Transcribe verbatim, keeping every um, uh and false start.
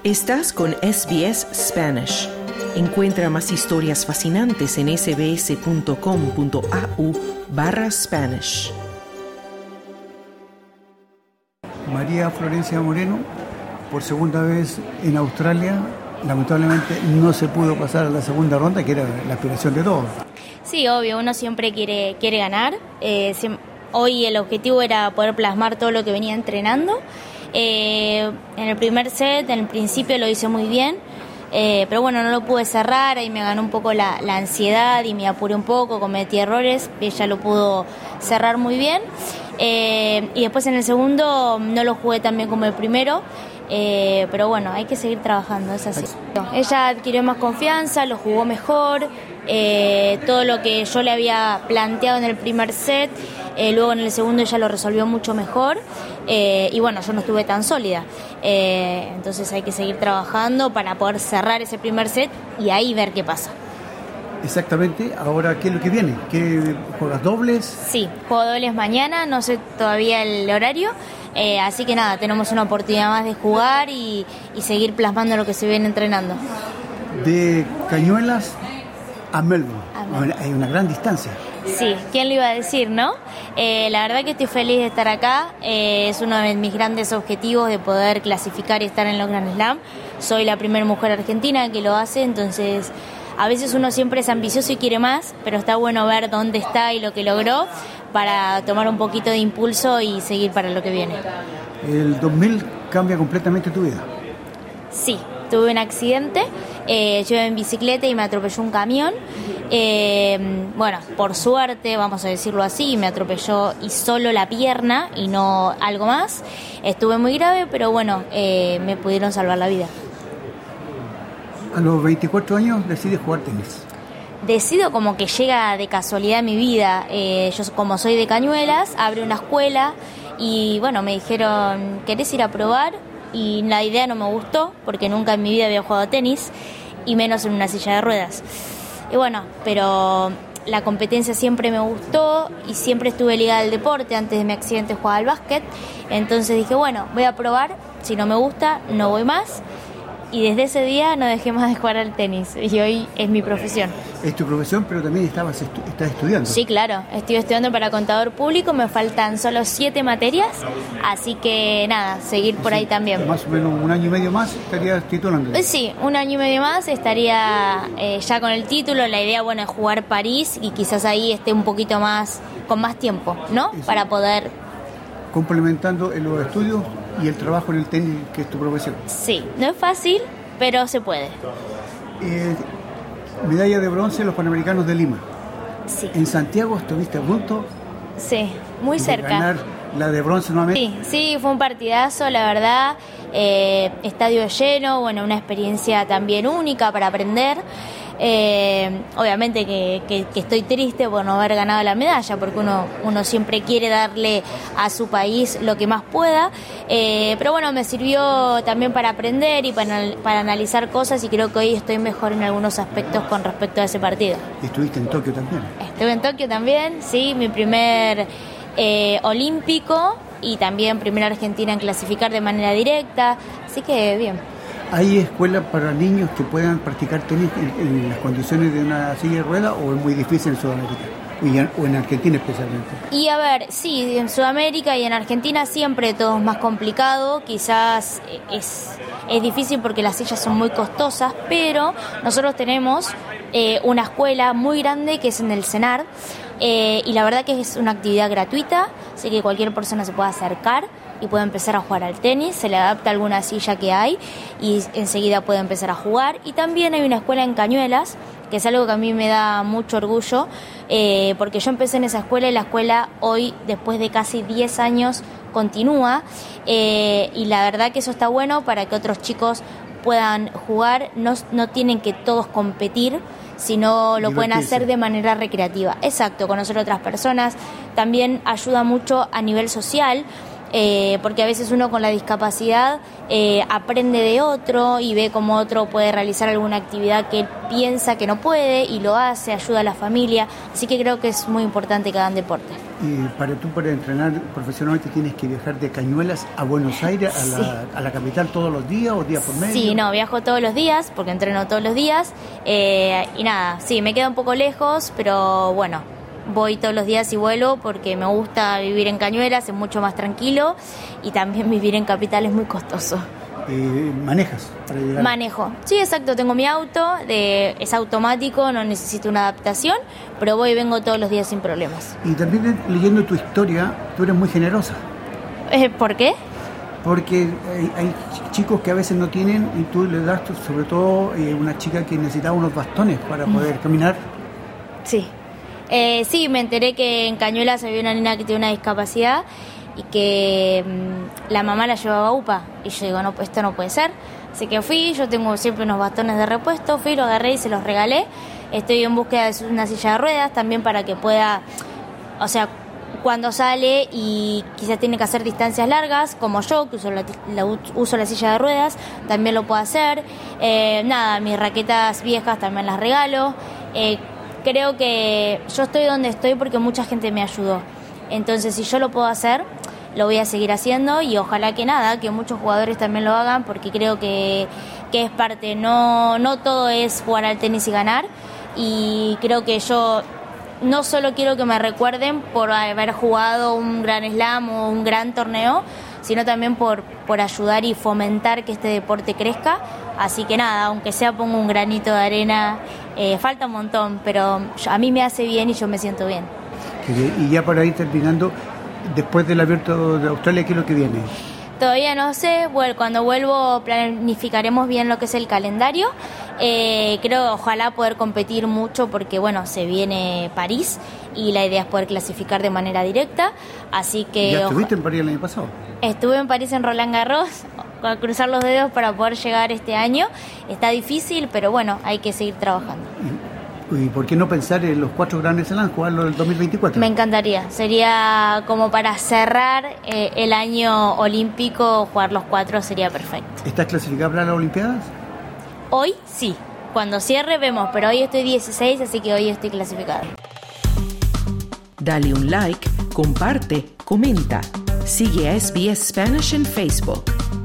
Estás con S B S Spanish. Encuentra más historias fascinantes en sbs.com.au barra Spanish. María Florencia Moreno, por segunda vez en Australia, lamentablemente no se pudo pasar a la segunda ronda, que era la aspiración de todos. Sí, obvio, uno siempre quiere, quiere ganar. Eh, siempre, hoy el objetivo era poder plasmar todo lo que venía entrenando. Eh, en el primer set, en el principio lo hice muy bien, eh, pero bueno, no lo pude cerrar y me ganó un poco la, la ansiedad y me apuré un poco, cometí errores. Ella lo pudo cerrar muy bien, eh, y después en el segundo no lo jugué tan bien como el primero. Eh, pero bueno, hay que seguir trabajando, es así. Ella adquirió más confianza, lo jugó mejor, eh, todo lo que yo le había planteado en el primer set, eh, luego en el segundo ella lo resolvió mucho mejor, eh, y bueno, yo no estuve tan sólida, eh, entonces hay que seguir trabajando para poder cerrar ese primer set y ahí ver qué pasa. Exactamente, ahora ¿qué es lo que viene? ¿Qué, juegas dobles? Sí, juego dobles mañana, no sé todavía el horario. Eh, así que nada, tenemos una oportunidad más de jugar y, y seguir plasmando lo que se viene entrenando. De Cañuelas a Melbourne, a Melbourne. Hay una gran distancia. Sí, ¿quién lo iba a decir, no? Eh, la verdad que estoy feliz de estar acá, eh, es uno de mis grandes objetivos de poder clasificar y estar en los Grand Slam. Soy la primera mujer argentina que lo hace, entonces a veces uno siempre es ambicioso y quiere más, pero está bueno ver dónde está y lo que logró para tomar un poquito de impulso y seguir para lo que viene. ¿El dos mil cambia completamente tu vida? Sí, tuve un accidente, eh, yo iba en bicicleta y me atropelló un camión. Eh, bueno, por suerte, vamos a decirlo así, me atropelló y solo la pierna y no algo más. Estuve muy grave, pero bueno, eh, me pudieron salvar la vida. A los veinticuatro años decides jugar tenis. Decido como que llega de casualidad a mi vida. Eh, yo como soy de Cañuelas, abrí una escuela y bueno, me dijeron, ¿querés ir a probar? Y la idea no me gustó porque nunca en mi vida había jugado tenis y menos en una silla de ruedas. Y bueno, pero la competencia siempre me gustó y siempre estuve ligada al deporte. Antes de mi accidente jugaba al básquet, entonces dije, bueno, voy a probar, si no me gusta, no voy más. Y desde ese día no dejé más de jugar al tenis y hoy es mi profesión. Es tu profesión, pero también estabas estu- estás estudiando. Sí, claro, estoy estudiando para contador público, me faltan solo siete materias, así que nada, seguir por sí, ahí también. Más o menos un año y medio más estarías titulando. Sí, un año y medio más estaría eh, ya con el título. La idea, bueno, es jugar París y quizás ahí esté un poquito más, con más tiempo, ¿no? Eso. Para poder... Complementando en los estudios y el trabajo en el tenis, que es tu profesión. Sí, no es fácil, pero se puede. Eh, medalla de bronce en los Panamericanos de Lima. Sí. ¿En Santiago estuviste a punto? Sí, muy de cerca. Ganar la de bronce nuevamente. Sí, sí, fue un partidazo, la verdad. Eh, estadio lleno, bueno, una experiencia también única para aprender. Eh, obviamente que, que, que estoy triste por no haber ganado la medalla, porque uno, uno siempre quiere darle a su país lo que más pueda, eh, pero bueno, me sirvió también para aprender y para, para analizar cosas, y creo que hoy estoy mejor en algunos aspectos con respecto a ese partido. ¿Estuviste en Tokio también? Estuve en Tokio también, sí, mi primer eh, olímpico y también primera argentina en clasificar de manera directa, así que bien. ¿Hay escuelas para niños que puedan practicar tenis en, en las condiciones de una silla de ruedas o es muy difícil en Sudamérica? Y en, o en Argentina especialmente. Y a ver, sí, en Sudamérica y en Argentina siempre todo es más complicado, quizás es, es difícil porque las sillas son muy costosas, pero nosotros tenemos eh, una escuela muy grande que es en el CENAR, eh, y la verdad que es una actividad gratuita, así que cualquier persona se puede acercar y puede empezar a jugar al tenis, se le adapta alguna silla que hay y enseguida puede empezar a jugar. Y también hay una escuela en Cañuelas, que es algo que a mí me da mucho orgullo, eh, porque yo empecé en esa escuela y la escuela hoy, después de casi diez años, continúa, eh, y la verdad que eso está bueno para que otros chicos puedan jugar, no, no tienen que todos competir, sino lo pueden hacer de manera recreativa. Exacto, conocer a otras personas, también ayuda mucho a nivel social, eh, porque a veces uno con la discapacidad eh, aprende de otro y ve cómo otro puede realizar alguna actividad que él piensa que no puede y lo hace, ayuda a la familia, así que creo que es muy importante que hagan deporte. Y para tú, para entrenar profesionalmente, ¿tienes que viajar de Cañuelas a Buenos Aires, a, sí. la, a la capital todos los días o días por medio? Sí, no, viajo todos los días porque entreno todos los días eh, y nada, sí, me queda un poco lejos, pero bueno, voy todos los días y vuelvo porque me gusta vivir en Cañuelas, es mucho más tranquilo y también vivir en capital es muy costoso. Eh, ¿Manejas para llegar? Manejo, sí, exacto, tengo mi auto, de, es automático, no necesito una adaptación, pero voy y vengo todos los días sin problemas. Y también leyendo tu historia, tú eres muy generosa. Eh, ¿Por qué? Porque hay, hay chicos que a veces no tienen y tú le das, sobre todo eh, una chica que necesitaba unos bastones para poder mm. caminar. Sí, eh, sí, me enteré que en Cañuelas había una niña que tiene una discapacidad y que mmm, la mamá la llevaba a U P A y yo digo, no, esto no puede ser, así que fui, yo tengo siempre unos bastones de repuesto, fui, los agarré y se los regalé. Estoy en búsqueda de una silla de ruedas también para que pueda, o sea, cuando sale y quizás tiene que hacer distancias largas, como yo, que uso la, la, uso la silla de ruedas, también lo puedo hacer. Eh, nada, mis raquetas viejas también las regalo. Eh, creo que yo estoy donde estoy porque mucha gente me ayudó. Entonces, si yo lo puedo hacer, lo voy a seguir haciendo y ojalá que nada, que muchos jugadores también lo hagan porque creo que, que es parte, no, no todo es jugar al tenis y ganar y creo que yo no solo quiero que me recuerden por haber jugado un gran slam o un gran torneo, sino también por, por ayudar y fomentar que este deporte crezca, así que nada, aunque sea pongo un granito de arena, eh, falta un montón, pero a mí me hace bien y yo me siento bien. Y ya para ir terminando, después del Abierto de Australia, ¿qué es lo que viene? Todavía no sé, bueno, cuando vuelvo planificaremos bien lo que es el calendario. Eh, creo, ojalá poder competir mucho porque, bueno, se viene París y la idea es poder clasificar de manera directa, así que... ¿Ya estuviste en París el año pasado? Estuve en París en Roland Garros, a cruzar los dedos para poder llegar este año. Está difícil, pero bueno, hay que seguir trabajando. ¿Y por qué no pensar en los cuatro Grand Slam, jugarlo en el dos mil veinticuatro? Me encantaría, sería como para cerrar eh, el año olímpico, jugar los cuatro sería perfecto. ¿Estás clasificada para las Olimpiadas? Hoy sí, cuando cierre vemos, pero hoy estoy dieciséis, así que hoy estoy clasificada. Dale un like, comparte, comenta. Sigue a S B S Spanish en Facebook.